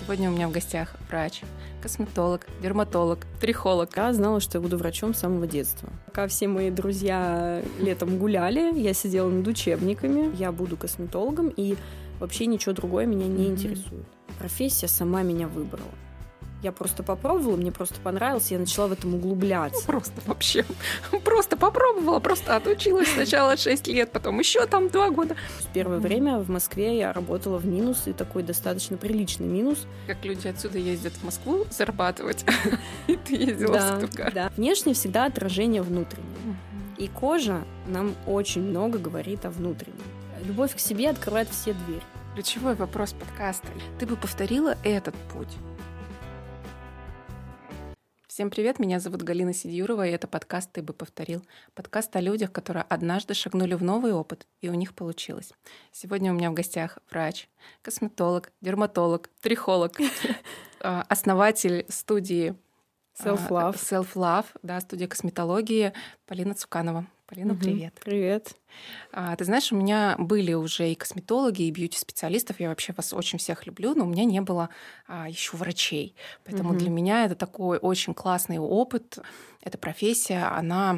Сегодня у меня в гостях врач, косметолог, дерматолог, трихолог. Я знала, что я буду врачом с самого детства. Пока все мои друзья летом гуляли, я сидела над учебниками. Я буду косметологом, и вообще ничего другое меня не интересует. Профессия сама меня выбрала. Я просто попробовала, мне просто понравилось, я начала в этом углубляться. Просто попробовала, просто отучилась сначала 6 лет, потом еще там 2 года. Первое время в Москве я работала в минус, и такой достаточно приличный минус. Как люди отсюда ездят в Москву зарабатывать, и ты ездила в Стуттгарт. Да. Внешне всегда отражение внутреннее. И кожа нам очень много говорит о внутреннем. Любовь к себе открывает все двери. Ключевой вопрос подкаста. Ты бы повторила этот путь? Всем привет, меня зовут Галина Сидюрова, и это подкаст «Ты бы повторил». Подкаст о людях, которые однажды шагнули в новый опыт, и у них получилось. Сегодня у меня в гостях врач, косметолог, дерматолог, трихолог, основатель студии Self-Love, да, студия косметологии Полина Цуканова. Полина, привет. Привет. Ты знаешь, у меня были уже и косметологи, и бьюти-специалистов. Я вообще вас очень всех люблю, но у меня не было еще врачей. Поэтому для меня это такой очень классный опыт. Эта профессия, она...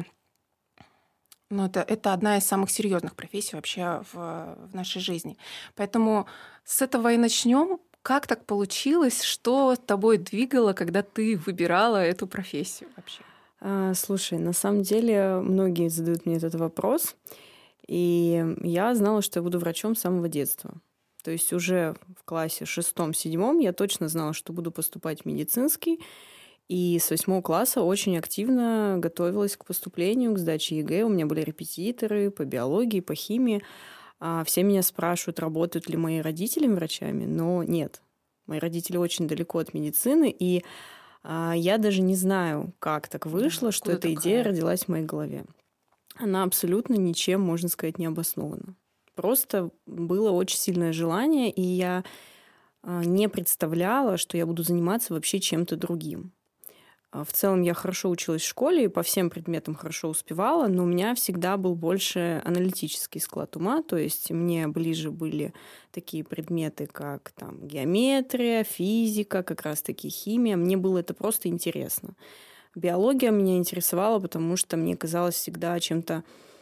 это одна из самых серьезных профессий вообще в нашей жизни. Поэтому с этого и начнем. Как так получилось? Что тобой двигало, когда ты выбирала эту профессию вообще? Слушай, на самом деле многие задают мне этот вопрос, и я знала, что я буду врачом с самого детства. То есть уже в классе 6-7 я точно знала, что буду поступать в медицинский, и с 8 класса очень активно готовилась к поступлению, к сдаче ЕГЭ. У меня были репетиторы по биологии, по химии. Все меня спрашивают, работают ли мои родители врачами, но нет. Мои родители очень далеко от медицины, и я даже не знаю, как так вышло, что эта идея родилась в моей голове. Она абсолютно ничем, можно сказать, не обоснована. Просто было очень сильное желание, и я не представляла, что я буду заниматься вообще чем-то другим. В целом я хорошо училась в школе и по всем предметам хорошо успевала, но у меня всегда был больше аналитический склад ума, то есть мне ближе были такие предметы, как там, геометрия, физика, как раз-таки химия. Мне было это просто интересно. Биология меня интересовала, потому что мне казалось всегда чем-то,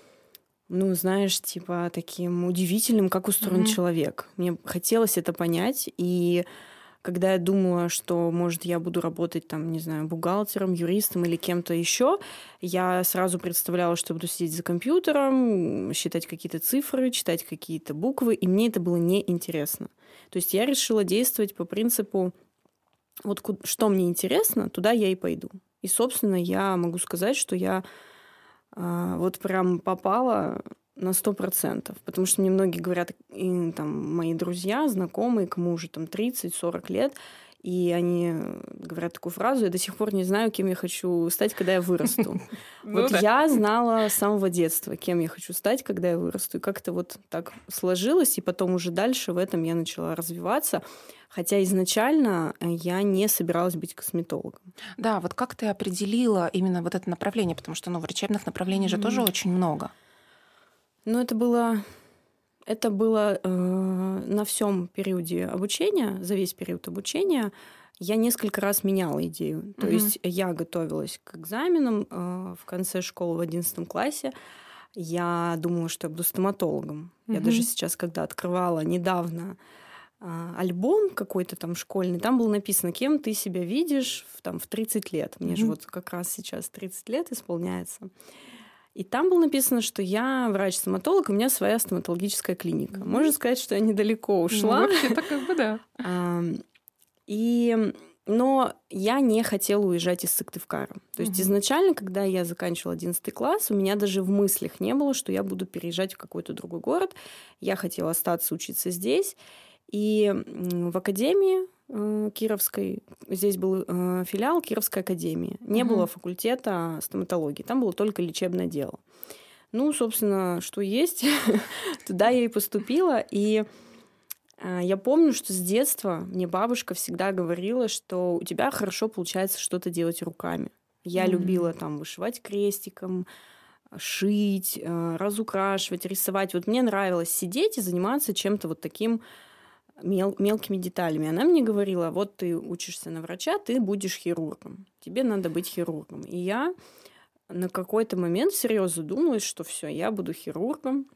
типа таким удивительным, как устроен человек. Мне хотелось это понять, и когда я думала, что, может, я буду работать, там, не знаю, бухгалтером, юристом или кем-то еще, я сразу представляла, что буду сидеть за компьютером, считать какие-то цифры, читать какие-то буквы, и мне это было неинтересно. То есть я решила действовать по принципу, что мне интересно, туда я и пойду. И, собственно, я могу сказать, что я прям попала на 100%. Потому что мне многие говорят, и, там, мои друзья, знакомые, кому уже там 30-40 лет, и они говорят такую фразу: я до сих пор не знаю, кем я хочу стать, когда я вырасту. Я знала с самого детства, кем я хочу стать, когда я вырасту. И как-то вот так сложилось, и потом уже дальше в этом я начала развиваться. Хотя изначально я не собиралась быть косметологом. Да, вот как ты определила именно вот это направление? Потому что врачебных направлений же тоже очень много. Это было на всем периоде обучения, за весь период обучения я несколько раз меняла идею. То есть я готовилась к экзаменам в конце школы в 11 классе. Я думала, что я буду стоматологом. Я даже сейчас, когда открывала недавно альбом какой-то там школьный, там было написано, кем ты себя видишь в 30 лет. Мне же вот как раз сейчас 30 лет исполняется. И там было написано, что я врач-стоматолог, у меня своя стоматологическая клиника. Можно сказать, что я недалеко ушла. Вообще-то как бы да. Но я не хотела уезжать из Сыктывкара. То есть изначально, когда я заканчивала 11 класс, у меня даже в мыслях не было, что я буду переезжать в какой-то другой город. Я хотела остаться учиться здесь. И в академии Кировской, здесь был филиал Кировской академии. Не было факультета стоматологии, там было только лечебное дело. Собственно, что есть, туда я и поступила. И я помню, что с детства мне бабушка всегда говорила, что у тебя хорошо получается что-то делать руками. Я любила там вышивать крестиком, шить, разукрашивать, рисовать. Вот мне нравилось сидеть и заниматься чем-то вот таким мелкими деталями. Она мне говорила, вот ты учишься на врача, ты будешь хирургом. Тебе надо быть хирургом. И я на какой-то момент всерьез задумалась, что все, я буду хирургом.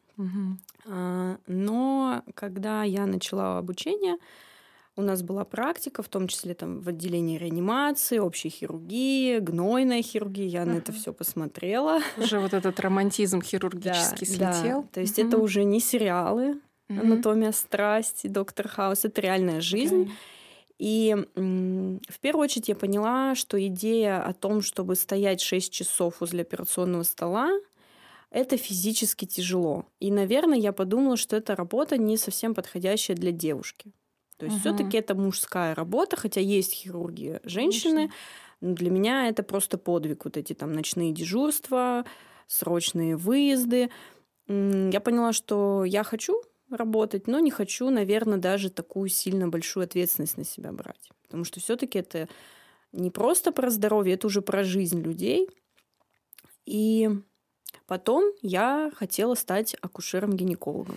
Но когда я начала обучение, у нас была практика, в том числе там в отделении реанимации, общей хирургии, гнойной хирургии. Я на это все посмотрела. Уже вот этот романтизм хирургический слетел. Да. То есть это уже не сериалы «Анатомия страсти», «Доктор Хаус», это реальная жизнь. И в первую очередь я поняла, что идея о том, чтобы стоять 6 часов возле операционного стола, это физически тяжело. И, наверное, я подумала, что эта работа не совсем подходящая для девушки. То есть все-таки это мужская работа, хотя есть хирурги женщины. Но для меня это просто подвиг. Вот эти там ночные дежурства, срочные выезды. Я поняла, что я хочу работать, но не хочу, наверное, даже такую сильно большую ответственность на себя брать. Потому что все-таки это не просто про здоровье, это уже про жизнь людей. И потом я хотела стать акушером-гинекологом.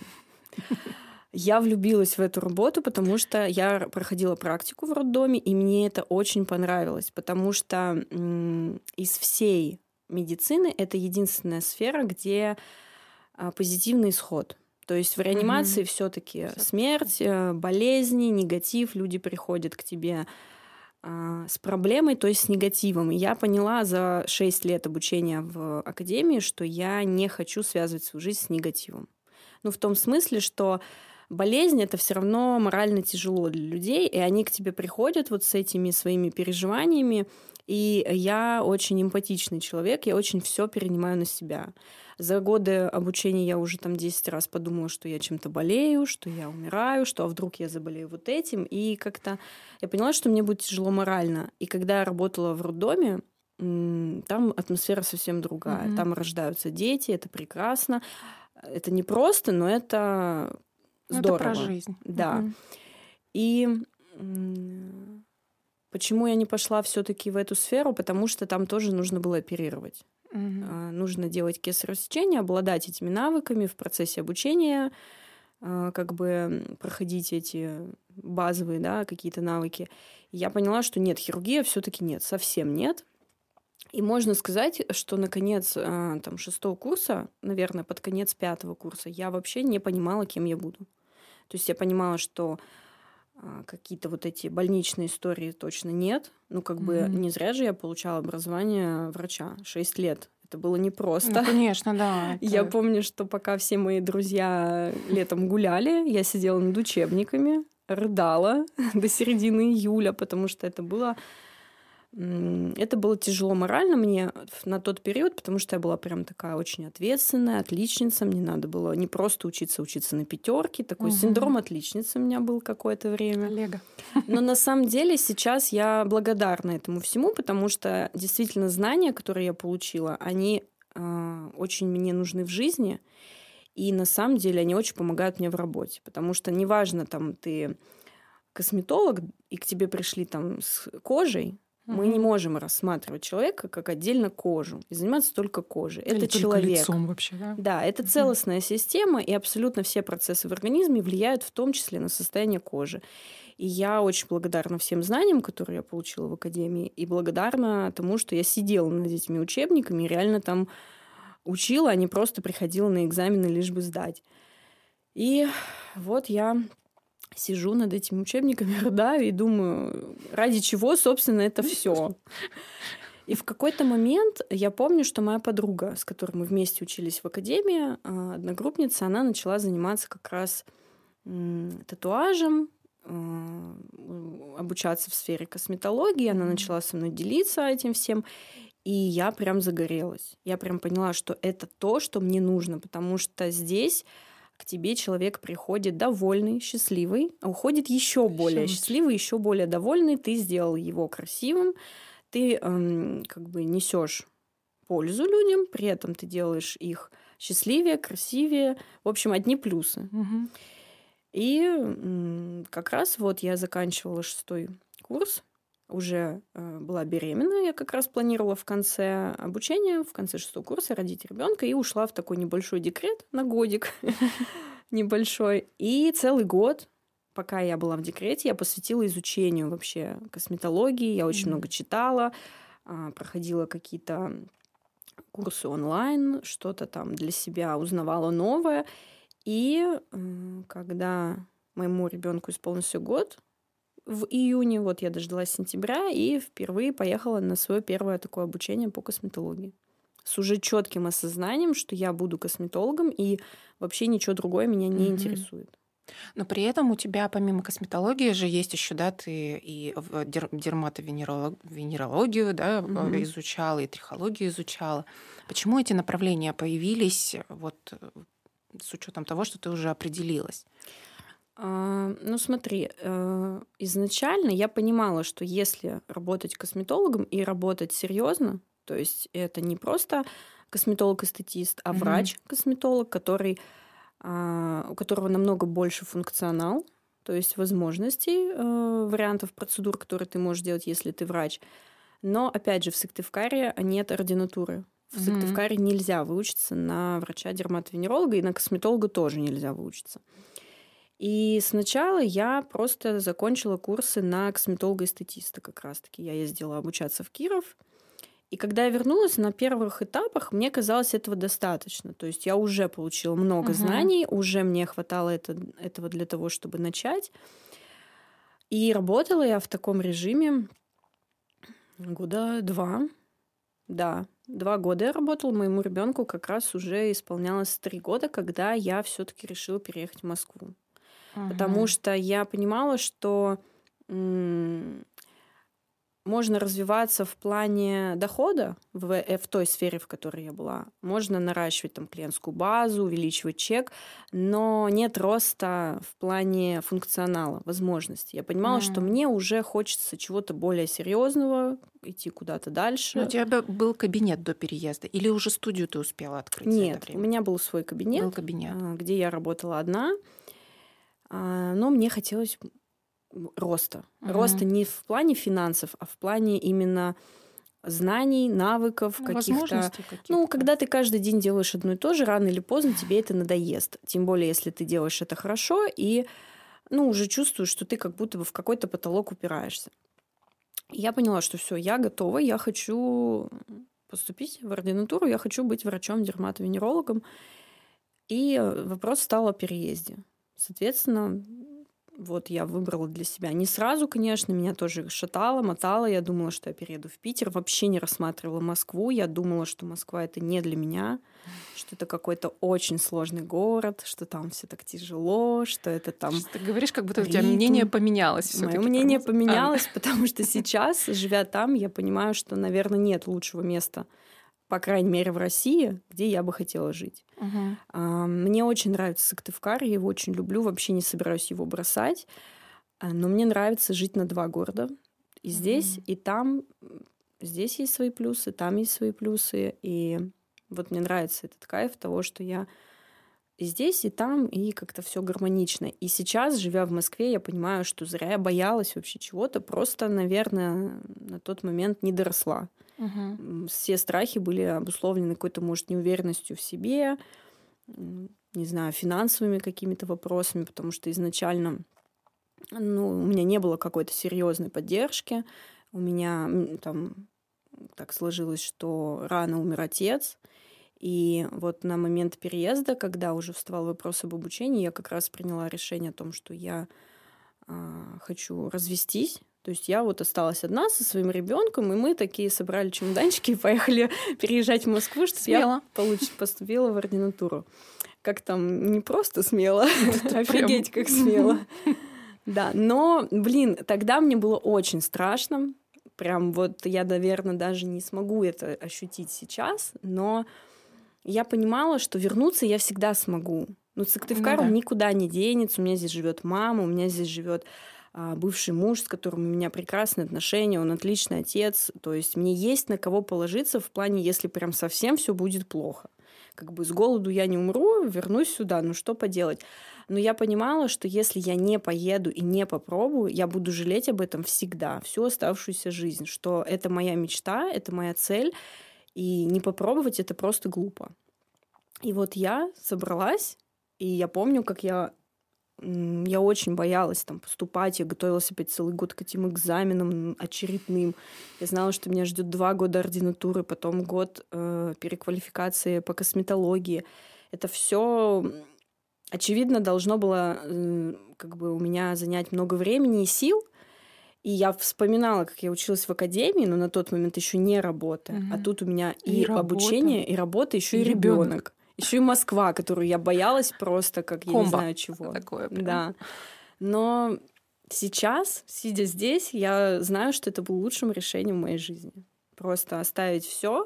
Я влюбилась в эту работу, потому что я проходила практику в роддоме, и мне это очень понравилось, потому что из всей медицины это единственная сфера, где позитивный исход. То есть в реанимации все-таки смерть, болезни, негатив, люди приходят к тебе с проблемой, то есть с негативом. И я поняла за 6 лет обучения в академии, что я не хочу связывать свою жизнь с негативом. Ну, в том смысле, что болезнь – это все равно морально тяжело для людей, и они к тебе приходят вот с этими своими переживаниями, и я очень эмпатичный человек, я очень все перенимаю на себя. За годы обучения я уже там 10 раз подумала, что я чем-то болею, что я умираю, что вдруг я заболею вот этим. И как-то я поняла, что мне будет тяжело морально. И когда я работала в роддоме, там атмосфера совсем другая. Там рождаются дети, это прекрасно. Это не просто, но это здорово. Это про жизнь. Да. И почему я не пошла все-таки в эту сферу? Потому что там тоже нужно было оперировать. Нужно делать кесарево сечение, обладать этими навыками в процессе обучения, как бы проходить эти базовые, да, какие-то навыки. И я поняла, что нет, хирургия все-таки нет, совсем нет. И можно сказать, что на конец там, 6-го курса, наверное, под конец 5-го курса, я вообще не понимала, кем я буду. То есть я понимала, что какие-то вот эти больничные истории точно нет. Ну, как бы не зря же я получала образование врача 6 лет. Это было непросто. Ну, конечно, да. Я помню, что пока все мои друзья летом гуляли, я сидела над учебниками, рыдала до середины июля, потому что это было тяжело морально мне на тот период, потому что я была прям такая очень ответственная, отличница. Мне надо было не просто учиться на 5. Такой синдром отличницы у меня был какое-то время. Коллега. Но на самом деле сейчас я благодарна этому всему, потому что действительно знания, которые я получила, они очень мне нужны в жизни. И на самом деле они очень помогают мне в работе. Потому что неважно, там, ты косметолог, и к тебе пришли там с кожей, мы не можем рассматривать человека как отдельно кожу и заниматься только кожей. Или это человек. Лицом вообще, да? Да, это целостная система, и абсолютно все процессы в организме влияют в том числе на состояние кожи. И я очень благодарна всем знаниям, которые я получила в академии, и благодарна тому, что я сидела над этими учебниками и реально там учила, а не просто приходила на экзамены лишь бы сдать. И вот я сижу над этими учебниками, рыдаю и думаю, ради чего, собственно, это все. И в какой-то момент я помню, что моя подруга, с которой мы вместе учились в академии, одногруппница, она начала заниматься как раз татуажем, обучаться в сфере косметологии. Она начала со мной делиться этим всем. И я прям загорелась. Я прям поняла, что это то, что мне нужно, потому что здесь к тебе человек приходит довольный, счастливый, а уходит еще более счастливый, еще более довольный. Ты сделал его красивым, ты как бы несешь пользу людям, при этом ты делаешь их счастливее, красивее. В общем, одни плюсы. И как раз вот я заканчивала 6-й курс, уже была беременна, я как раз планировала в конце обучения, в конце 6-го курса родить ребенка и ушла в такой небольшой декрет на годик небольшой. И целый год пока я была в декрете, я посвятила изучению вообще косметологии. Я очень много читала, проходила какие-то курсы онлайн, что-то там для себя узнавала новое. И когда моему ребенку исполнился год, в июне, вот я дождалась сентября и впервые поехала на свое первое такое обучение по косметологии. С уже четким осознанием, что я буду косметологом, и вообще ничего другое меня не интересует. Но при этом у тебя помимо косметологии же есть еще, да, ты и дерматовенерологию, да, изучала, и трихологию изучала. Почему эти направления появились вот с учетом того, что ты уже определилась? Ну, смотри, изначально я понимала, что если работать косметологом и работать серьезно, то есть это не просто косметолог-эстетист, а врач-косметолог, который, у которого намного больше функционал, то есть возможностей, вариантов процедур, которые ты можешь делать, если ты врач. Но, опять же, в Сыктывкаре нет ординатуры. В Сыктывкаре нельзя выучиться на врача-дерматовенеролога, и на косметолога тоже нельзя выучиться. И сначала я просто закончила курсы на косметолога-эстетиста как раз-таки. Я ездила обучаться в Киров. И когда я вернулась на первых этапах, мне казалось, этого достаточно. То есть я уже получила много знаний, уже мне хватало этого для того, чтобы начать. И работала я в таком режиме года 2. Да, 2 года я работала. Моему ребенку как раз уже исполнялось 3 года, когда я все-таки решила переехать в Москву. Потому что я понимала, что можно развиваться в плане дохода в той сфере, в которой я была. Можно наращивать там клиентскую базу, увеличивать чек, но нет роста в плане функционала, возможностей. Я понимала, что мне уже хочется чего-то более серьезного, идти куда-то дальше. Но у тебя был кабинет до переезда? Или уже студию ты успела открыть? Нет, у меня был свой кабинет, где я работала одна. Но мне хотелось роста. Роста не в плане финансов, а в плане именно знаний, навыков, каких-то... Ну, когда ты каждый день делаешь одно и то же, рано или поздно тебе это надоест. Тем более, если ты делаешь это хорошо и уже чувствуешь, что ты как будто бы в какой-то потолок упираешься. Я поняла, что все, я готова, я хочу поступить в ординатуру, я хочу быть врачом-дерматовенерологом. И вопрос стал о переезде. Соответственно, вот я выбрала для себя. Не сразу, конечно, меня тоже шатало, мотало. Я думала, что я перееду в Питер. Вообще не рассматривала Москву. Я думала, что Москва — это не для меня, что это какой-то очень сложный город, что там все так тяжело, что это там... Ты говоришь, как будто у тебя мнение поменялось. Мое мнение поменялось, потому что сейчас, живя там, я понимаю, что, наверное, нет лучшего места, по крайней мере, в России, где я бы хотела жить. Мне очень нравится Сыктывкар, я его очень люблю, вообще не собираюсь его бросать. Но мне нравится жить на 2 города. И здесь, и там. Здесь есть свои плюсы, там есть свои плюсы. И вот мне нравится этот кайф того, что я и здесь, и там, и как-то все гармонично. И сейчас, живя в Москве, я понимаю, что зря я боялась вообще чего-то. Просто, наверное, на тот момент не доросла. Все страхи были обусловлены какой-то, может, неуверенностью в себе, не знаю, финансовыми какими-то вопросами, потому что изначально у меня не было какой-то серьезной поддержки. У меня там так сложилось, что рано умер отец. И вот на момент переезда, когда уже вставал вопрос об обучении, я как раз приняла решение о том, что я хочу развестись. То есть я вот осталась одна со своим ребенком, и мы такие собрали чемоданчики и поехали переезжать в Москву, чтобы я поступила в ординатуру. Как там, не просто смело, офигеть, как смело. Да, но, тогда мне было очень страшно. Прям вот я, наверное, даже не смогу это ощутить сейчас, но я понимала, что вернуться я всегда смогу. Сыктывкар никуда не денется, у меня здесь живет мама, у меня здесь живет бывший муж, с которым у меня прекрасные отношения, он отличный отец. То есть мне есть на кого положиться в плане, если прям совсем все будет плохо. Как бы с голоду я не умру, вернусь сюда, что поделать. Но я понимала, что если я не поеду и не попробую, я буду жалеть об этом всегда, всю оставшуюся жизнь, что это моя мечта, это моя цель, и не попробовать это просто глупо. И вот я собралась, и я помню, как я Я очень боялась там поступать, я готовилась опять целый год к этим экзаменам очередным. Я знала, что меня ждет 2 года ординатуры, потом год переквалификации по косметологии. Это все, очевидно, должно было как бы у меня занять много времени и сил. И я вспоминала, как я училась в академии, но на тот момент еще не работая. А тут у меня и обучение, и работа, еще и ребенок. Еще и Москва, которую я боялась просто, как я не знаю чего. Такое прям. Да. Но сейчас, сидя здесь, я знаю, что это было лучшим решением в моей жизни. Просто оставить все.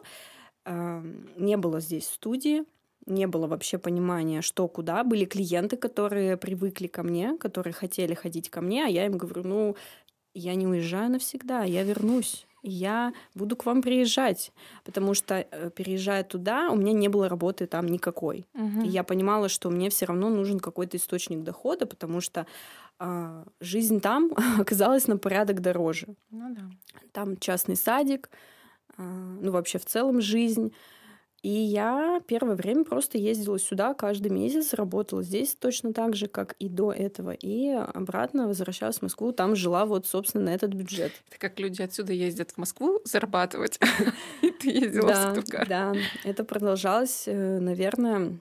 Не было здесь студии, не было вообще понимания, что куда. Были клиенты, которые привыкли ко мне, которые хотели ходить ко мне, а я им говорю, я не уезжаю навсегда, я вернусь. Я буду к вам приезжать, потому что, переезжая туда, у меня не было работы там никакой. И я понимала, что мне все равно нужен какой-то источник дохода, потому что жизнь там оказалась на порядок дороже. Ну да. Там частный садик, вообще в целом жизнь. И я первое время просто ездила сюда каждый месяц, работала здесь точно так же, как и до этого. И обратно возвращалась в Москву, там жила вот, собственно, на этот бюджет. Это как люди отсюда ездят в Москву зарабатывать, и ты ездила в Stuttgart. Да, это продолжалось, наверное,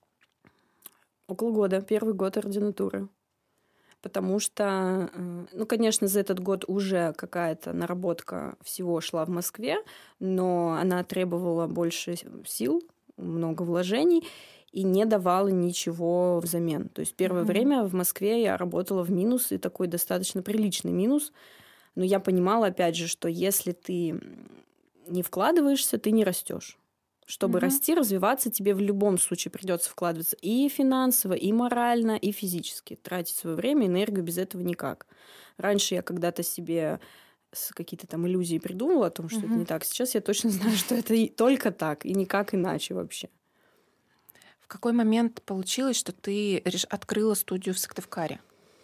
около года, первый год ординатуры. Потому что, конечно, за этот год уже какая-то наработка всего шла в Москве, но она требовала больше сил, много вложений и не давала ничего взамен. То есть первое время в Москве я работала в минус, и такой достаточно приличный минус. Но я понимала, опять же, что если ты не вкладываешься, ты не растешь. Чтобы расти, развиваться, тебе в любом случае придется вкладываться и финансово, и морально, и физически. Тратить свое время, энергию без этого никак. Раньше я когда-то себе какие-то там иллюзии придумывала о том, что это не так. Сейчас я точно знаю, что это только так, и никак иначе вообще. В какой момент получилось, что ты открыла студию в Сыктывкаре?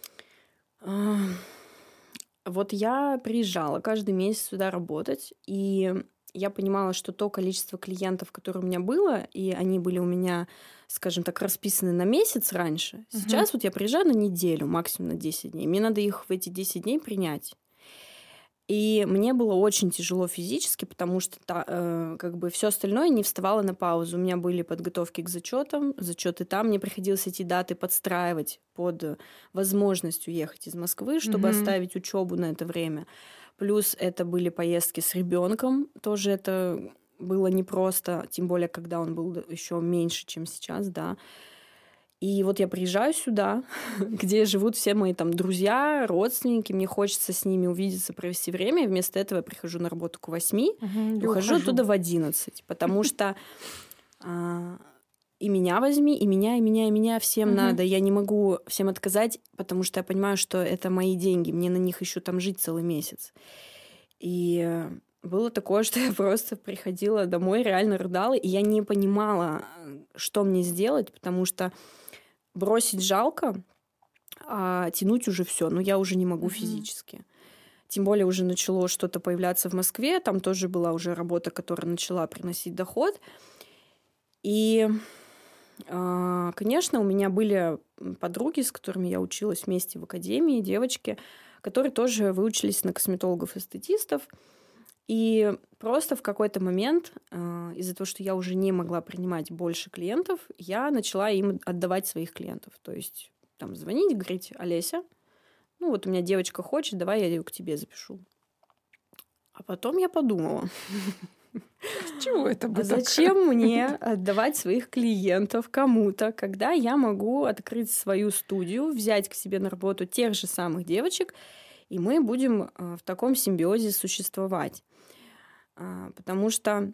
Вот я приезжала каждый месяц сюда работать, и я понимала, что то количество клиентов, которое у меня было, и они были у меня, скажем так, расписаны на месяц раньше. Сейчас вот я приезжаю на неделю, максимум на 10 дней. Мне надо их в эти 10 дней принять. И мне было очень тяжело физически, потому что как бы все остальное не вставало на паузу. У меня были подготовки к зачетам, зачеты там. Мне приходилось эти даты подстраивать под возможность уехать из Москвы, чтобы оставить учебу на это время. Плюс это были поездки с ребенком. Тоже это было непросто, тем более, когда он был еще меньше, чем сейчас, да. И вот я приезжаю сюда, где живут все мои там друзья, родственники, мне хочется с ними увидеться, провести время, и вместо этого я прихожу на работу к 8, и ухожу оттуда в 11, потому что и меня возьми, и меня всем надо. Я не могу всем отказать, потому что я понимаю, что это мои деньги, мне на них еще там жить целый месяц. И было такое, что я просто приходила домой, реально рыдала, и я не понимала, что мне сделать, потому что бросить жалко, а тянуть уже все. Но я уже не могу физически. Тем более уже начало что-то появляться в Москве. Там тоже была уже работа, которая начала приносить доход. И, конечно, у меня были подруги, с которыми я училась вместе в академии, девочки, которые тоже выучились на косметологов-эстетистов. И просто в какой-то момент, из-за того, что я уже не могла принимать больше клиентов, я начала им отдавать своих клиентов. То есть там звонить, говорить: Олеся, вот у меня девочка хочет, давай я ее к тебе запишу. А потом я подумала, чего это было? Зачем мне отдавать своих клиентов кому-то, когда я могу открыть свою студию, взять к себе на работу тех же самых девочек, и мы будем в таком симбиозе существовать. Потому что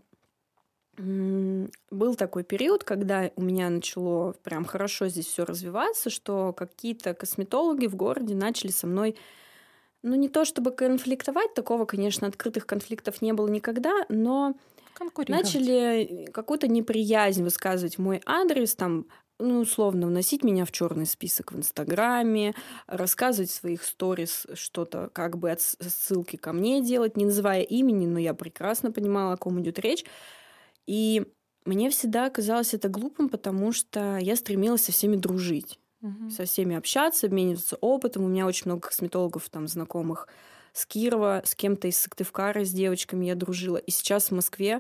был такой период, когда у меня начало прям хорошо здесь все развиваться, что какие-то косметологи в городе начали со мной, не то чтобы конфликтовать, такого, конечно, открытых конфликтов не было никогда, но начали какую-то неприязнь высказывать в мой адрес, там, условно, вносить меня в черный список в Инстаграме, рассказывать в своих сторис что-то, как бы ссылки ко мне делать, не называя имени, но я прекрасно понимала, о ком идет речь. И мне всегда казалось это глупым, потому что я стремилась со всеми дружить. со всеми общаться, обмениваться опытом. У меня очень много косметологов там знакомых с Кирова, с кем-то из Сыктывкара, с девочками я дружила. И сейчас в Москве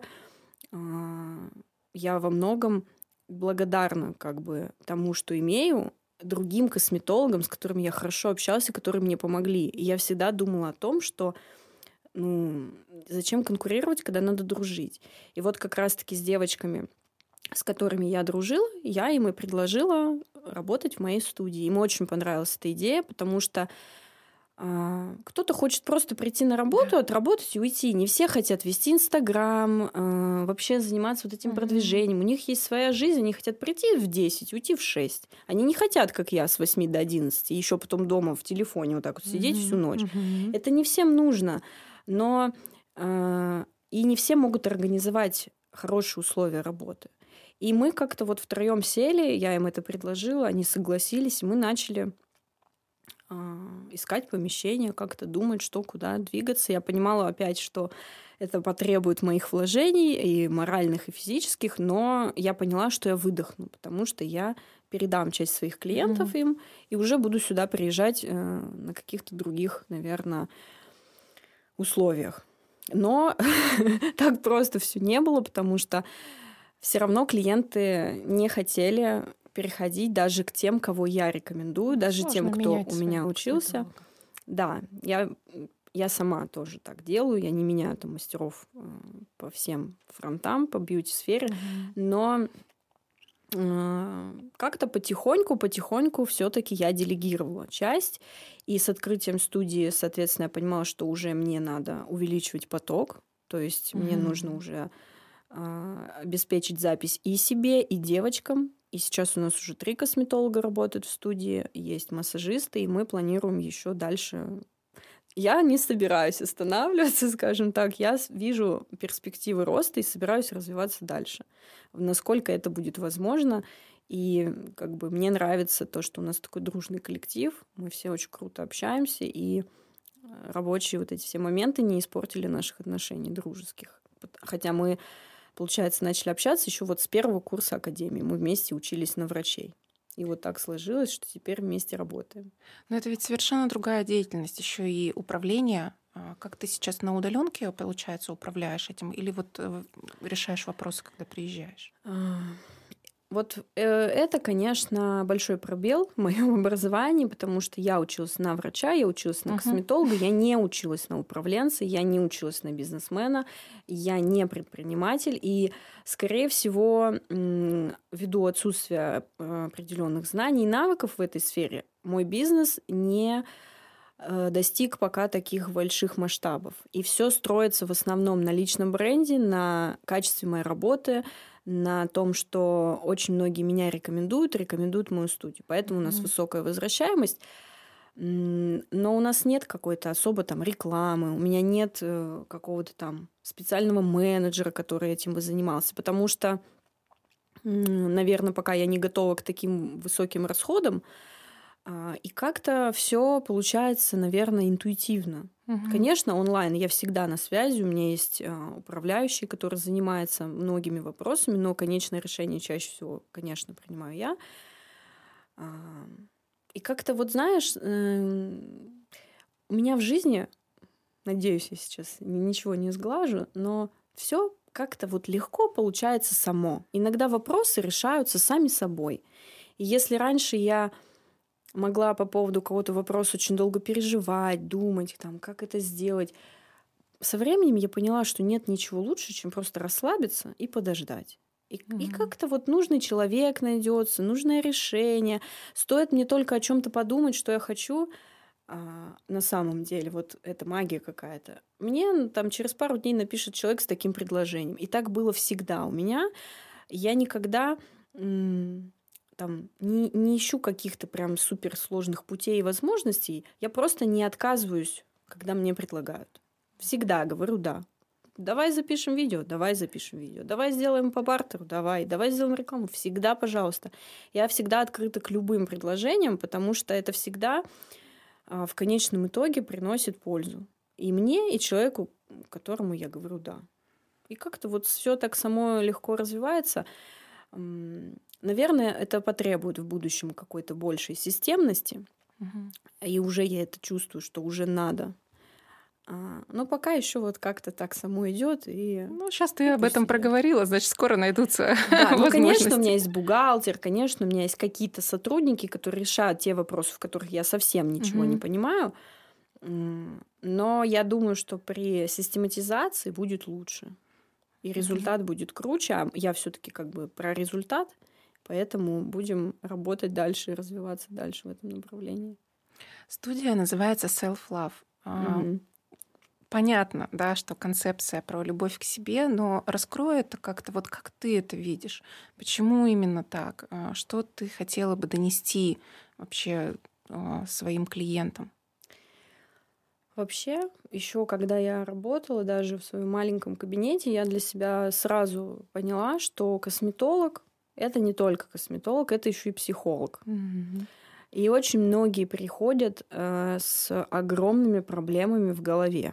я во многом благодарна как бы тому, что имею, другим косметологам, с которыми я хорошо общалась и которые мне помогли. И я всегда думала о том, что зачем конкурировать, когда надо дружить. И вот как раз-таки с девочками, с которыми я дружила, я им и предложила работать в моей студии. Им очень понравилась эта идея, потому что кто-то хочет просто прийти на работу, отработать и уйти. Не все хотят вести Инстаграм, вообще заниматься вот этим продвижением. У них есть своя жизнь, они хотят прийти в 10, уйти в 6. Они не хотят, как я, с 8 до 11, и еще потом дома в телефоне вот так вот сидеть всю ночь. Это не всем нужно, но и не все могут организовать хорошие условия работы. И мы как-то вот втроем сели, я им это предложила, они согласились, и мы начали искать помещение, как-то думать, что, куда двигаться. Я понимала опять, что это потребует моих вложений, и моральных, и физических, но я поняла, что я выдохну, потому что я передам часть своих клиентов им, и уже буду сюда приезжать на каких-то других, наверное, условиях. Но так просто все не было, потому что все равно клиенты не хотели переходить даже к тем, кого я рекомендую, даже тем, кто у меня учился. Да, я сама тоже так делаю, я не меняю там мастеров по всем фронтам, по бьюти-сфере, но как-то потихоньку все-таки я делегировала часть, и с открытием студии, соответственно, я понимала, что уже мне надо увеличивать поток, то есть мне нужно уже обеспечить запись и себе, и девочкам. И сейчас у нас уже 3 косметолога работают в студии, есть массажисты, и мы планируем еще дальше. Я не собираюсь останавливаться, скажем так. Я вижу перспективы роста и собираюсь развиваться дальше. Насколько это будет возможно. И как бы мне нравится то, что у нас такой дружный коллектив. Мы все очень круто общаемся, и рабочие вот эти все моменты не испортили наших отношений дружеских. Хотя мы, получается, начали общаться еще вот с первого курса академии. Мы вместе учились на врачей. И вот так сложилось, что теперь вместе работаем. Но это ведь совершенно другая деятельность, еще и управление. Как ты сейчас на удаленке, получается, управляешь этим? Или вот решаешь вопросы, когда приезжаешь? Вот это, конечно, большой пробел в моем образовании, потому что я училась на врача, я училась на косметолога, я не училась на управленца, я не училась на бизнесмена, я не предприниматель, и, скорее всего, ввиду отсутствия определенных знаний и навыков в этой сфере, мой бизнес не достиг пока таких больших масштабов. И все строится в основном на личном бренде, на качестве моей работы, на том, что очень многие меня рекомендуют мою студию. Поэтому у нас высокая возвращаемость. Но у нас нет какой-то особо там рекламы, у меня нет какого-то там специального менеджера, который этим бы занимался, потому что, наверное, пока я не готова к таким высоким расходам, и как-то все получается, наверное, интуитивно. Конечно, онлайн я всегда на связи, у меня есть управляющий, который занимается многими вопросами, но конечное решение чаще всего, конечно, принимаю я. И как-то вот, знаешь, у меня в жизни, надеюсь, я сейчас ничего не сглажу, но все как-то вот легко получается само. Иногда вопросы решаются сами собой. И если раньше я могла по поводу кого-то вопроса очень долго переживать, думать, там, как это сделать. Со временем я поняла, что нет ничего лучше, чем просто расслабиться и подождать. И как-то вот нужный человек найдется, нужное решение. Стоит мне только о чем-то подумать, что я хочу, на самом деле, вот это магия какая-то. Мне там через пару дней напишет человек с таким предложением. И так было всегда у меня. Я никогда там не ищу каких-то прям суперсложных путей и возможностей. Я просто не отказываюсь, когда мне предлагают. Всегда говорю «да». Давай запишем видео, давай запишем видео. Давай сделаем по бартеру, давай сделаем рекламу. Всегда, пожалуйста. Я всегда открыта к любым предложениям, потому что это всегда в конечном итоге приносит пользу. И мне, и человеку, которому я говорю «да». И как-то вот все так само легко развивается. Наверное, это потребует в будущем какой-то большей системности. Мгм. И уже я это чувствую, что уже надо. Но пока еще вот как-то так само идет. И Ну, сейчас ты об пусть этом идет. проговорила, значит, скоро найдутся Да, ну, конечно, у возможности. меня есть бухгалтер, конечно, у меня есть какие-то сотрудники, которые решают те вопросы, в которых я совсем ничего не Мгм. понимаю. Но я думаю, что при систематизации будет лучше. И Мгм. результат будет круче. А я все-таки как бы про результат, поэтому будем работать дальше и развиваться дальше в этом направлении. Студия называется Self-Love. Мгм. Понятно, да, что концепция про любовь к себе, но раскрой это как-то, вот как ты это видишь. Почему именно так? Что ты хотела бы донести вообще своим клиентам? Вообще, еще когда я работала даже в своем маленьком кабинете, я для себя сразу поняла, что косметолог это не только косметолог, это еще и психолог. Мгм. И очень многие приходят с огромными проблемами в голове.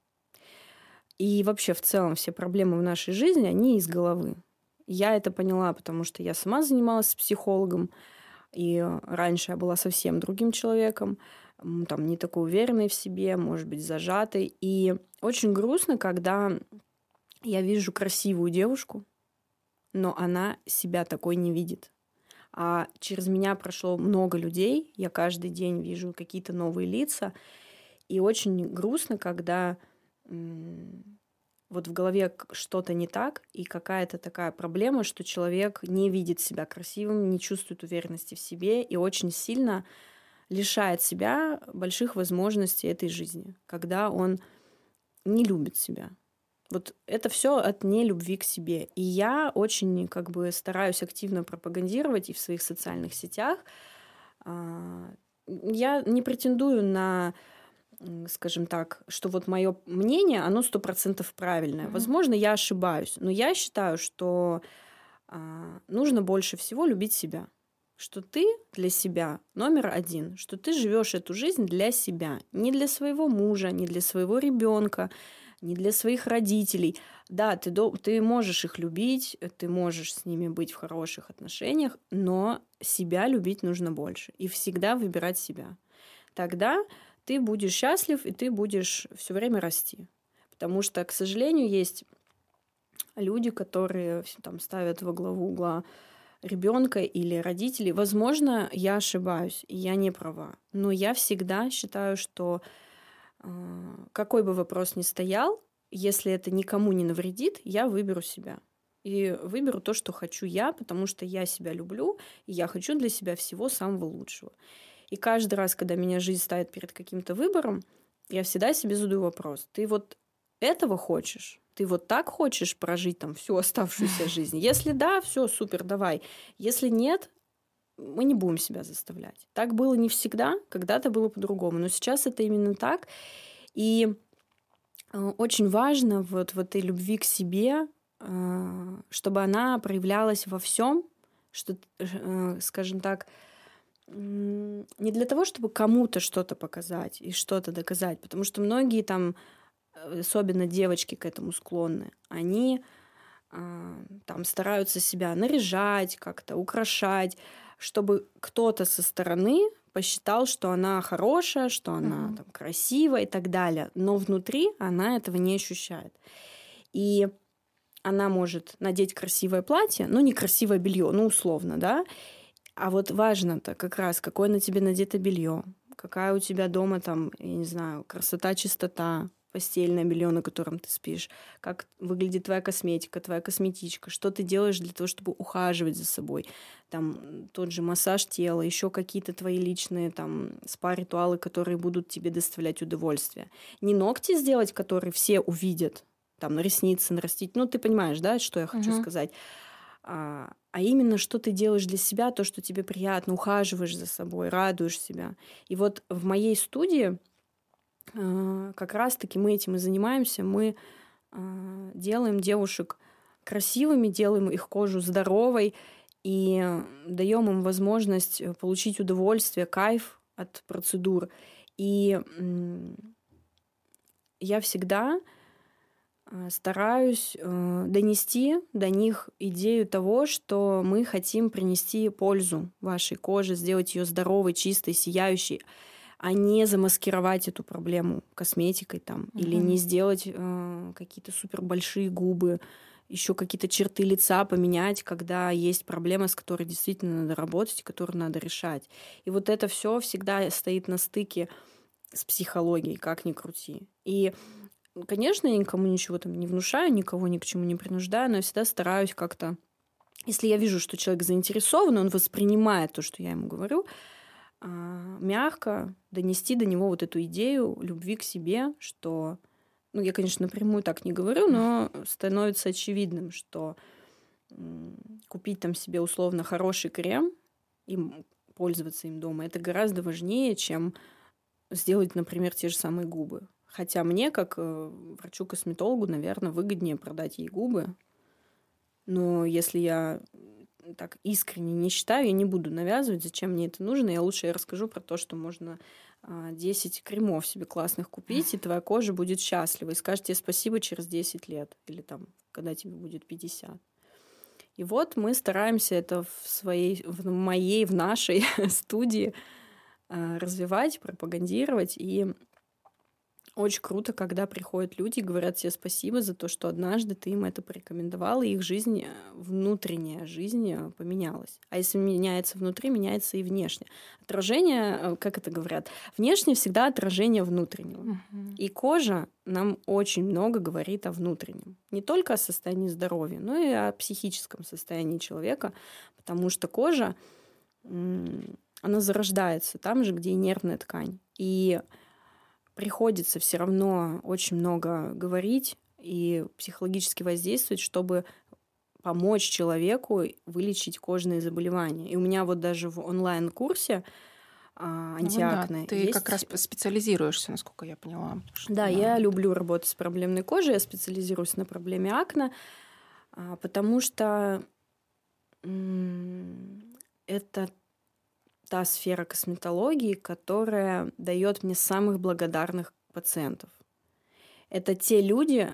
И вообще в целом все проблемы в нашей жизни, они из головы. Я это поняла, потому что я сама занималась с психологом, и раньше я была совсем другим человеком, там не такой уверенной в себе, может быть, зажатой. И очень грустно, когда я вижу красивую девушку, но она себя такой не видит. А через меня прошло много людей, я каждый день вижу какие-то новые лица, и очень грустно, когда вот в голове что-то не так, и какая-то такая проблема, что человек не видит себя красивым, не чувствует уверенности в себе и очень сильно лишает себя больших возможностей этой жизни, когда он не любит себя. Вот это все от нелюбви к себе. И я очень как бы стараюсь активно пропагандировать и в своих социальных сетях. Я не претендую на, скажем так, что вот мое мнение, оно 100% правильное. Мгм. Возможно, я ошибаюсь, но я считаю, что нужно больше всего любить себя. Что ты для себя номер один, что ты живешь эту жизнь для себя, не для своего мужа, не для своего ребенка, не для своих родителей. Да, ты можешь их любить, ты можешь с ними быть в хороших отношениях, но себя любить нужно больше и всегда выбирать себя. Тогда ты будешь счастлив, и ты будешь все время расти. Потому что, к сожалению, есть люди, которые там ставят во главу угла ребенка или родителей. Возможно, я ошибаюсь, и я не права. Но я всегда считаю, что какой бы вопрос ни стоял, если это никому не навредит, я выберу себя. И выберу то, что хочу я, потому что я себя люблю, и я хочу для себя всего самого лучшего. И каждый раз, когда меня жизнь ставит перед каким-то выбором, я всегда себе задаю вопрос: ты вот этого хочешь? Ты вот так хочешь прожить там всю оставшуюся жизнь? Если да, все, супер, давай. Если нет, мы не будем себя заставлять. Так было не всегда, когда-то было по-другому, но сейчас это именно так. И очень важно вот в этой любви к себе, чтобы она проявлялась во всем, что, скажем так, не для того, чтобы кому-то что-то показать и что-то доказать, потому что многие там, особенно девочки, к этому склонны. Они там стараются себя наряжать, как-то украшать, чтобы кто-то со стороны посчитал, что она хорошая, что она Мгм. там красивая и так далее. Но внутри она этого не ощущает. И она может надеть красивое платье, но не красивое белье, ну условно, да. А вот важно-то как раз, какое на тебе надето белье, какая у тебя дома там, я не знаю, красота, чистота, постельное белье, на котором ты спишь, как выглядит твоя косметика, твоя косметичка, что ты делаешь для того, чтобы ухаживать за собой. Там тот же массаж тела, еще какие-то твои личные там спа-ритуалы, которые будут тебе доставлять удовольствие. Не ногти сделать, которые все увидят, там, ресницы нарастить. Ну, ты понимаешь, да, что я хочу Мгм. сказать? А именно что ты делаешь для себя, то, что тебе приятно, ухаживаешь за собой, радуешь себя. И вот в моей студии как раз-таки мы этим и занимаемся. Мы делаем девушек красивыми, делаем их кожу здоровой и даем им возможность получить удовольствие, кайф от процедур. И я всегда стараюсь донести до них идею того, что мы хотим принести пользу вашей коже, сделать ее здоровой, чистой, сияющей, а не замаскировать эту проблему косметикой там, или не сделать какие-то супер большие губы, еще какие-то черты лица поменять, когда есть проблема, с которой действительно надо работать, которую надо решать. И вот это все всегда стоит на стыке с психологией, как ни крути. И, конечно, я никому ничего там не внушаю, никого ни к чему не принуждаю, но я всегда стараюсь как-то, если я вижу, что человек заинтересован, он воспринимает то, что я ему говорю, мягко донести до него вот эту идею любви к себе, что, ну, я, конечно, напрямую так не говорю, но становится очевидным, что купить там себе условно хороший крем и пользоваться им дома, это гораздо важнее, чем сделать, например, те же самые губы. Хотя мне, как врачу-косметологу, наверное, выгоднее продать ей губы. Но если я так искренне не считаю, я не буду навязывать, зачем мне это нужно. Я лучше расскажу про то, что можно 10 кремов себе классных купить, и твоя кожа будет счастлива, и скажет тебе спасибо через 10 лет, или там, когда тебе будет 50. И вот мы стараемся это в нашей студии развивать, пропагандировать, и очень круто, когда приходят люди и говорят тебе спасибо за то, что однажды ты им это порекомендовал, и их жизнь, внутренняя жизнь поменялась. А если меняется внутри, меняется и внешне. Отражение, как это говорят, внешне всегда отражение внутреннего. И кожа нам очень много говорит о внутреннем. Не только о состоянии здоровья, но и о психическом состоянии человека, потому что кожа, она зарождается там же, где и нервная ткань. И приходится все равно очень много говорить и психологически воздействовать, чтобы помочь человеку вылечить кожные заболевания. И у меня вот даже в онлайн-курсе антиакне Ну, да, ты есть... как раз специализируешься, насколько я поняла. Да, я люблю работать с проблемной кожей, я специализируюсь на проблеме акне, потому что это та сфера косметологии, которая дает мне самых благодарных пациентов. Это те люди,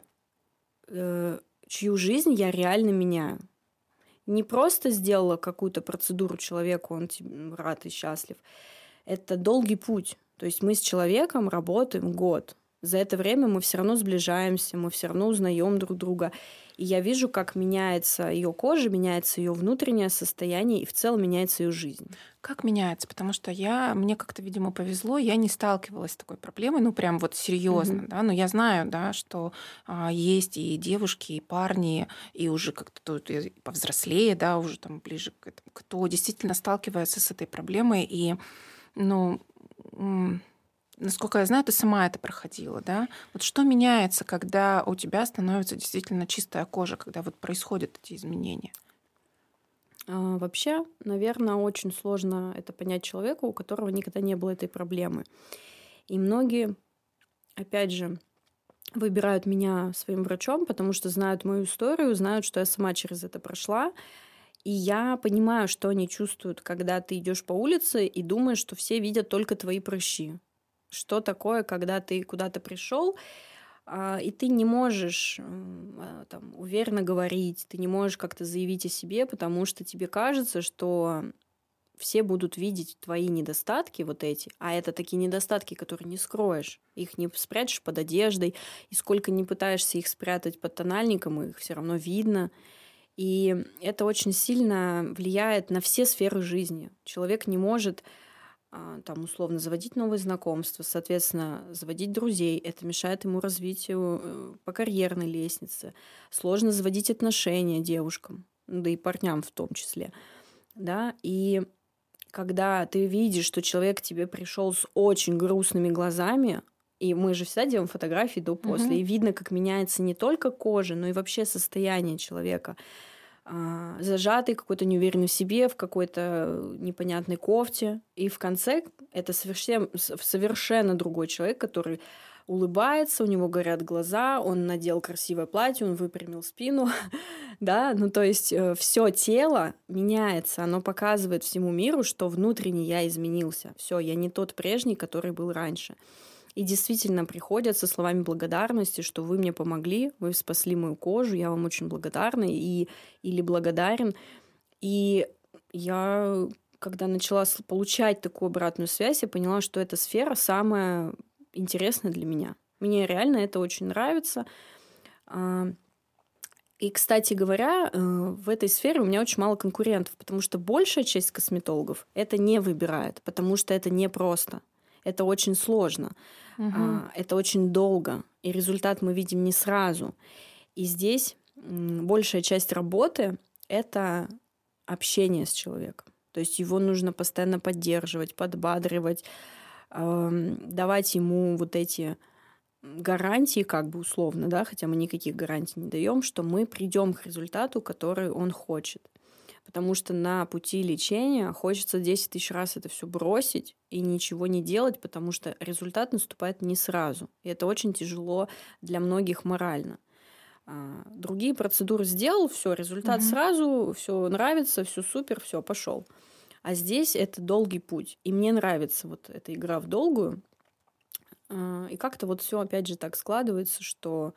чью жизнь я реально меняю. Не просто сделала какую-то процедуру человеку, он рад и счастлив. Это долгий путь. То есть мы с человеком работаем год. За это время мы все равно сближаемся, мы все равно узнаем друг друга. И я вижу, как меняется ее кожа, меняется ее внутреннее состояние, и в целом меняется ее жизнь. Как меняется? Потому что мне как-то, видимо, повезло, я не сталкивалась с такой проблемой, ну прям вот серьезно, да, но я знаю, да, что есть и девушки, и парни, и уже как-то тут и повзрослее, да, уже там ближе к этому, кто действительно сталкивается с этой проблемой, и, ну, насколько я знаю, ты сама это проходила, да? Вот что меняется, когда у тебя становится действительно чистая кожа, когда вот происходят эти изменения? Вообще, наверное, очень сложно это понять человеку, у которого никогда не было этой проблемы. И многие, опять же, выбирают меня своим врачом, потому что знают мою историю, знают, что я сама через это прошла. И я понимаю, что они чувствуют, когда ты идешь по улице и думаешь, что все видят только твои прыщи. Что такое, когда ты куда-то пришел, и ты не можешь там, уверенно говорить, ты не можешь как-то заявить о себе, потому что тебе кажется, что все будут видеть твои недостатки вот эти, а это такие недостатки, которые не скроешь, их не спрячешь под одеждой, и сколько не пытаешься их спрятать под тональником, их все равно видно. И это очень сильно влияет на все сферы жизни. Человек не может там, условно, заводить новые знакомства, соответственно, заводить друзей. Это мешает ему развитию по карьерной лестнице. Сложно заводить отношения девушкам, да и парням в том числе. Да? И когда ты видишь, что человек к тебе пришел с очень грустными глазами, и мы же всегда делаем фотографии до-после, и видно, как меняется не только кожа, но и вообще состояние человека. Зажатый, какой-то неуверенный в себе, в какой-то непонятной кофте. И в конце это совершенно другой человек, который улыбается, у него горят глаза, он надел красивое платье, он выпрямил спину. Да? Ну, то есть все тело меняется, оно показывает всему миру, что внутренне я изменился. Все, я не тот прежний, который был раньше. и действительно приходят со словами благодарности, что вы мне помогли, вы спасли мою кожу, я вам очень благодарна или благодарен. И я, когда начала получать такую обратную связь, я поняла, что эта сфера самая интересная для меня. Мне реально это очень нравится. И, кстати говоря, в этой сфере у меня очень мало конкурентов, потому что большая часть косметологов это не выбирает, потому что это непросто. Это очень сложно, это очень долго, и результат мы видим не сразу. И здесь большая часть работы — это общение с человеком. То есть его нужно постоянно поддерживать, подбадривать, давать ему вот эти гарантии, как бы условно, да, хотя мы никаких гарантий не даем, что мы придем к результату, который он хочет. Потому что на пути лечения хочется 10 тысяч раз это все бросить и ничего не делать, потому что результат наступает не сразу. И это очень тяжело для многих морально. Другие процедуры сделал, все, результат сразу, все нравится, все супер, все, пошел. А здесь это долгий путь. И мне нравится вот эта игра в долгую. И как-то вот все опять же так складывается, что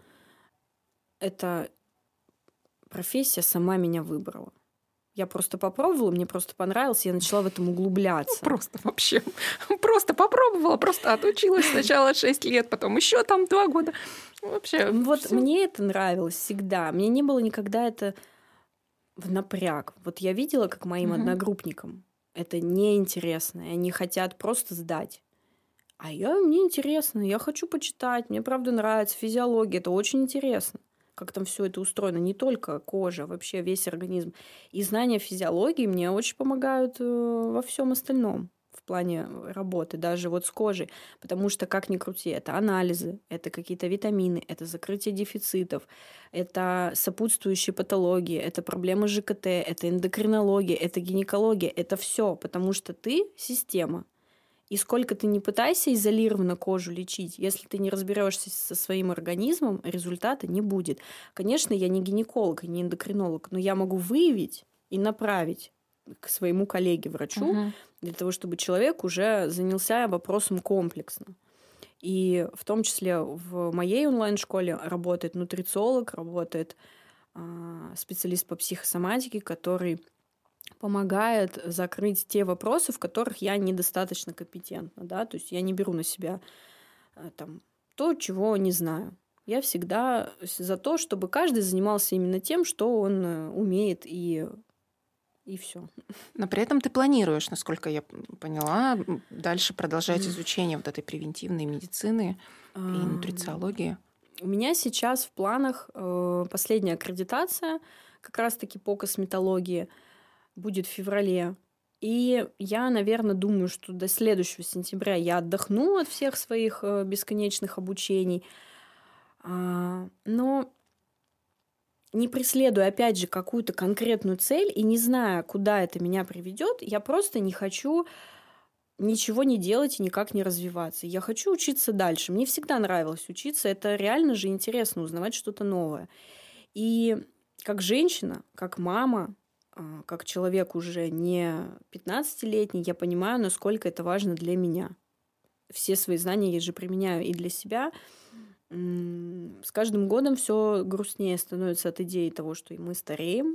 эта профессия сама меня выбрала. Я просто попробовала, мне просто понравилось, я начала в этом углубляться. Просто вообще. Просто попробовала, просто отучилась сначала 6 лет, потом еще там 2 года. Вообще. Вот мне это нравилось всегда. Мне не было никогда это в напряг. Вот я видела, как моим одногруппникам это неинтересно, и они хотят просто сдать. А мне интересно, я хочу почитать, мне правда нравится физиология, это очень интересно, как там все это устроено, не только кожа, вообще весь организм. И знания физиологии мне очень помогают во всем остальном в плане работы, даже вот с кожей, потому что, как ни крути, это анализы, это какие-то витамины, это закрытие дефицитов, это сопутствующие патологии, это проблемы ЖКТ, это эндокринология, это гинекология, это все, потому что ты система. И сколько ты не пытайся изолированно кожу лечить, если ты не разберешься со своим организмом, результата не будет. Конечно, я не гинеколог и не эндокринолог, но я могу выявить и направить к своему коллеге-врачу для того, чтобы человек уже занялся вопросом комплексно. И в том числе в моей онлайн-школе работает нутрициолог, работает специалист по психосоматике, который помогает закрыть те вопросы, в которых я недостаточно компетентна, да, то есть я не беру на себя там то, чего не знаю. Я всегда за то, чтобы каждый занимался именно тем, что он умеет, и все. Но при этом ты планируешь, насколько я поняла, дальше продолжать изучение вот этой превентивной медицины и нутрициологии. У меня сейчас в планах последняя аккредитация как раз-таки по косметологии будет в феврале. И я, наверное, думаю, что до следующего сентября я отдохну от всех своих бесконечных обучений. Но не преследуя, опять же, какую-то конкретную цель и не зная, куда это меня приведет, я просто не хочу ничего не делать и никак не развиваться. Я хочу учиться дальше. Мне всегда нравилось учиться. Это реально же интересно узнавать что-то новое. И как женщина, как мама, как человек уже не 15-летний, я понимаю, насколько это важно для меня. Все свои знания я же применяю и для себя. С каждым годом все грустнее становится от идеи того, что мы стареем.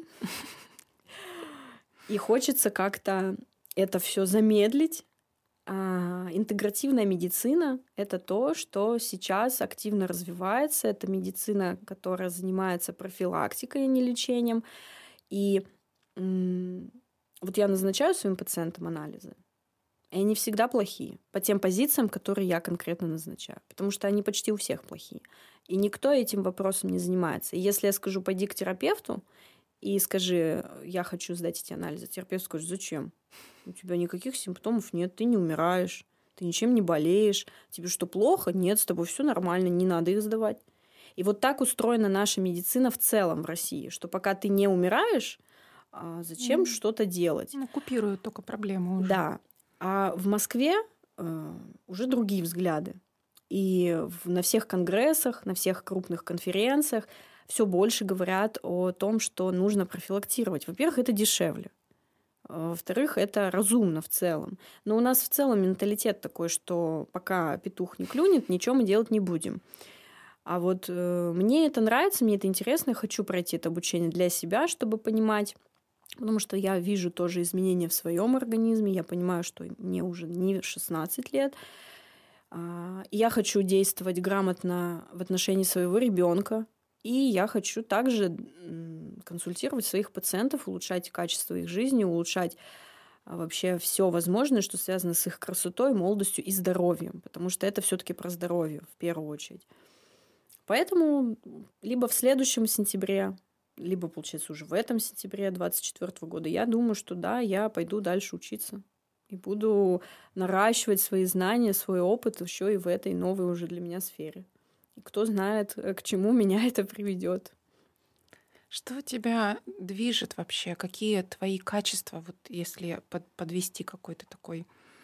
И хочется как-то это все замедлить. Интегративная медицина — это то, что сейчас активно развивается. Это медицина, которая занимается профилактикой, а не лечением. И вот я назначаю своим пациентам анализы, и они всегда плохие по тем позициям, которые я конкретно назначаю, потому что они почти у всех плохие. И никто этим вопросом не занимается. И если я скажу, пойди к терапевту и скажи, я хочу сдать эти анализы, терапевт скажет, зачем? У тебя никаких симптомов нет, ты не умираешь, ты ничем не болеешь, тебе что, плохо? Нет, с тобой все нормально, не надо их сдавать. И вот так устроена наша медицина в целом в России, что пока ты не умираешь, зачем что-то делать? Купируют только проблему уже. Да. А в Москве уже другие взгляды. И на всех конгрессах, на всех крупных конференциях все больше говорят о том, что нужно профилактировать. Во-первых, это дешевле. Во-вторых, это разумно в целом. Но у нас в целом менталитет такой, что пока петух не клюнет, ничего мы делать не будем. А вот мне это нравится, мне это интересно, я хочу пройти это обучение для себя, чтобы понимать, потому что я вижу тоже изменения в своем организме, я понимаю, что мне уже не 16 лет, и я хочу действовать грамотно в отношении своего ребенка, и я хочу также консультировать своих пациентов, улучшать качество их жизни, улучшать вообще все возможное, что связано с их красотой, молодостью и здоровьем, потому что это все-таки про здоровье в первую очередь. Поэтому либо в следующем сентябре, либо, получается, уже в этом сентябре 2024 года, я думаю, что да, я пойду дальше учиться и буду наращивать свои знания, свой опыт еще и в этой новой уже для меня сфере. И кто знает, к чему меня это приведет. Что тебя движет вообще? Какие твои качества, вот если подвести какой-то такой?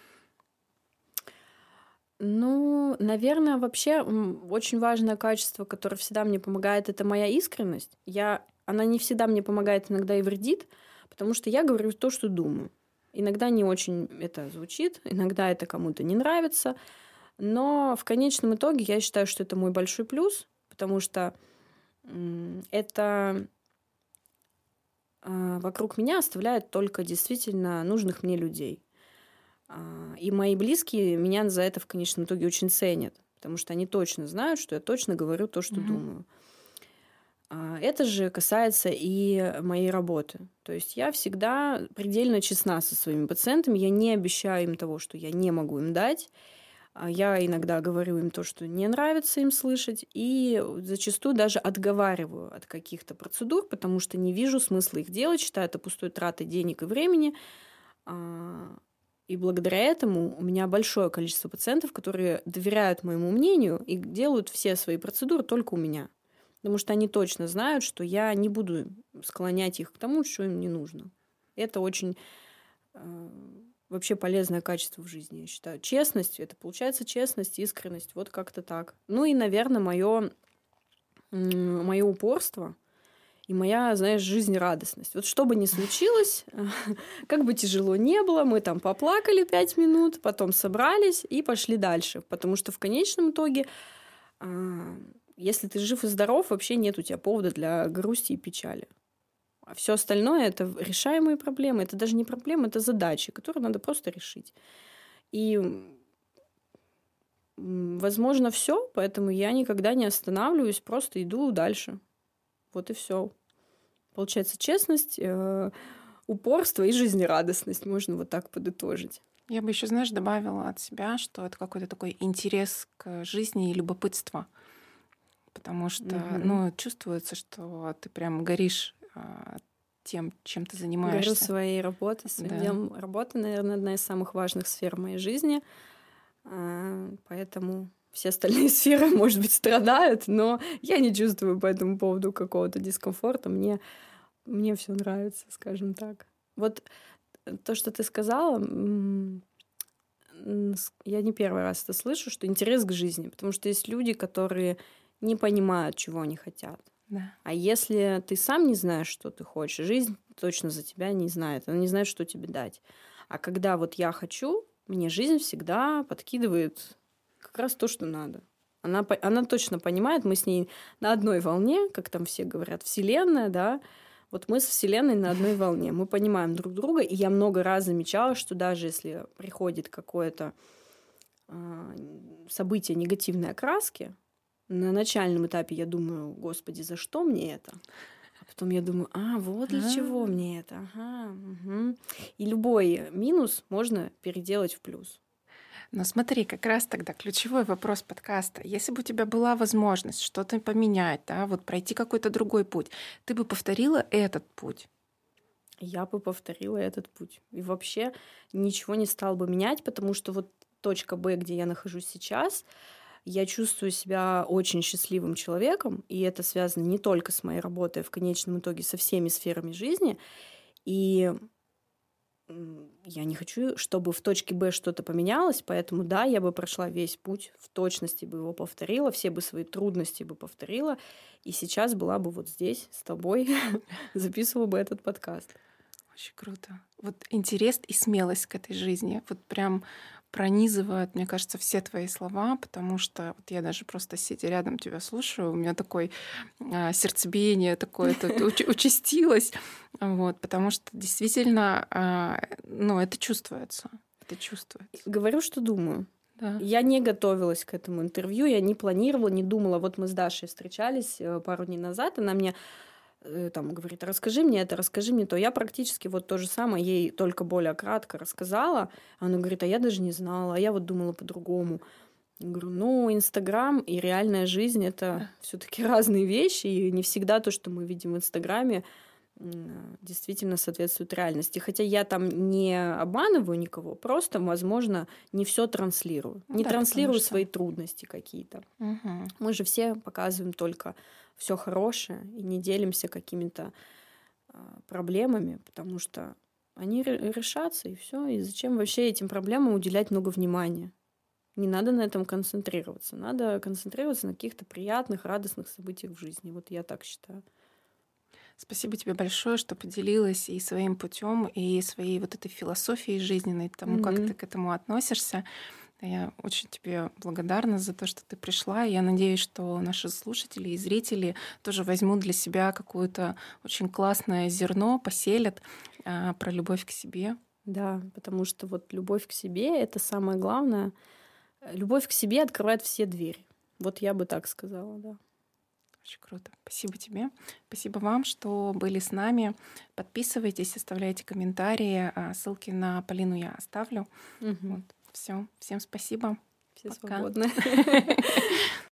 Ну, наверное, вообще очень важное качество, которое всегда мне помогает, это моя искренность. Она не всегда мне помогает, иногда и вредит, потому что я говорю то, что думаю. Иногда не очень это звучит, иногда это кому-то не нравится, но в конечном итоге я считаю, что это мой большой плюс, потому что это вокруг меня оставляет только действительно нужных мне людей. И мои близкие меня за это в конечном итоге очень ценят, потому что они точно знают, что я точно говорю то, что думаю. Это же касается и моей работы. То есть я всегда предельно честна со своими пациентами, я не обещаю им того, что я не могу им дать. Я иногда говорю им то, что не нравится им слышать, и зачастую даже отговариваю от каких-то процедур, потому что не вижу смысла их делать, считаю это пустой тратой денег и времени. И благодаря этому у меня большое количество пациентов, которые доверяют моему мнению и делают все свои процедуры только у меня. Потому что они точно знают, что я не буду склонять их к тому, что им не нужно. Это очень вообще полезное качество в жизни, я считаю. Честность, это получается честность, искренность, вот как-то так. Ну и, наверное, мое упорство и моя, знаешь, жизнерадостность. Вот что бы ни случилось, как бы тяжело не было, мы там поплакали 5 минут, потом собрались и пошли дальше. Потому что в конечном итоге, если ты жив и здоров, вообще нет у тебя повода для грусти и печали. А все остальное — это решаемые проблемы. Это даже не проблемы, это задачи, которые надо просто решить. И, возможно, все, поэтому я никогда не останавливаюсь, просто иду дальше. Вот и все. Получается, честность, упорство и жизнерадостность. Можно вот так подытожить. Я бы еще, знаешь, добавила от себя, что это какой-то такой интерес к жизни и любопытство. Потому что, чувствуется, что ты прям горишь тем, чем ты занимаешься. Горю своей работой, своим делом. Работа, наверное, одна из самых важных сфер моей жизни. Поэтому все остальные сферы, может быть, страдают, но я не чувствую по этому поводу какого-то дискомфорта. Мне все нравится, скажем так. Вот то, что ты сказала, я не первый раз это слышу, что интерес к жизни, потому что есть люди, которые не понимают, чего они хотят. Да. А если ты сам не знаешь, что ты хочешь, жизнь точно за тебя не знает. Она не знает, что тебе дать. А когда вот я хочу, мне жизнь всегда подкидывает как раз то, что надо. Она точно понимает, мы с ней на одной волне, как там все говорят, Вселенная, да. Вот мы с Вселенной на одной волне. Мы понимаем друг друга, и я много раз замечала, что даже если приходит какое-то событие негативной окраски, на начальном этапе я думаю, Господи, за что мне это? А потом я думаю, вот для чего мне это? Угу. И любой минус можно переделать в плюс. Но смотри, как раз тогда ключевой вопрос подкаста. Если бы у тебя была возможность что-то поменять, да, вот пройти какой-то другой путь, ты бы повторила этот путь? Я бы повторила этот путь. И вообще ничего не стала бы менять, потому что вот точка Б, где я нахожусь сейчас, я чувствую себя очень счастливым человеком, и это связано не только с моей работой, а в конечном итоге со всеми сферами жизни. И я не хочу, чтобы в точке Б что-то поменялось, поэтому да, я бы прошла весь путь, в точности бы его повторила, все бы свои трудности бы повторила, и сейчас была бы вот здесь с тобой, записывала бы этот подкаст. Очень круто. Вот интерес и смелость к этой жизни вот прям пронизывают, мне кажется, все твои слова, потому что вот я даже просто сидя рядом тебя слушаю, у меня такое сердцебиение такое участилось, вот, потому что действительно, ну, это чувствуется, это чувствуется. Говорю, что думаю. Да. Я не готовилась к этому интервью, я не планировала, не думала. Вот мы с Дашей встречались пару дней назад, она мне там говорит, расскажи мне это, расскажи мне то. Я практически вот то же самое ей только более кратко рассказала. Она говорит, а я даже не знала, а я вот думала по-другому. Я говорю, ну, Инстаграм и реальная жизнь — это все-таки разные вещи, и не всегда то, что мы видим в Инстаграме, действительно соответствует реальности. Хотя я там не обманываю никого, просто, возможно, не все транслирую. Ну Не да, транслирую потому что- свои трудности какие-то. Мгм. Мы же все показываем только все хорошее и не делимся какими-то проблемами, потому что они решатся, и все. И зачем вообще этим проблемам уделять много внимания? Не надо на этом концентрироваться. Надо концентрироваться на каких-то приятных, радостных событиях в жизни. Вот я так считаю. Спасибо тебе большое, что поделилась и своим путем, и своей вот этой философией жизненной, тому, как Мгм. ты к этому относишься. Я очень тебе благодарна за то, что ты пришла. И я надеюсь, что наши слушатели и зрители тоже возьмут для себя какое-то очень классное зерно, поселят про любовь к себе. Да, потому что вот любовь к себе — это самое главное. Любовь к себе открывает все двери. Вот я бы так сказала, да. Очень круто. Спасибо тебе. Спасибо вам, что были с нами. Подписывайтесь, оставляйте комментарии. Ссылки на Полину я оставлю. Мгм. Вот. Все. Всем спасибо. Все Пока. свободны.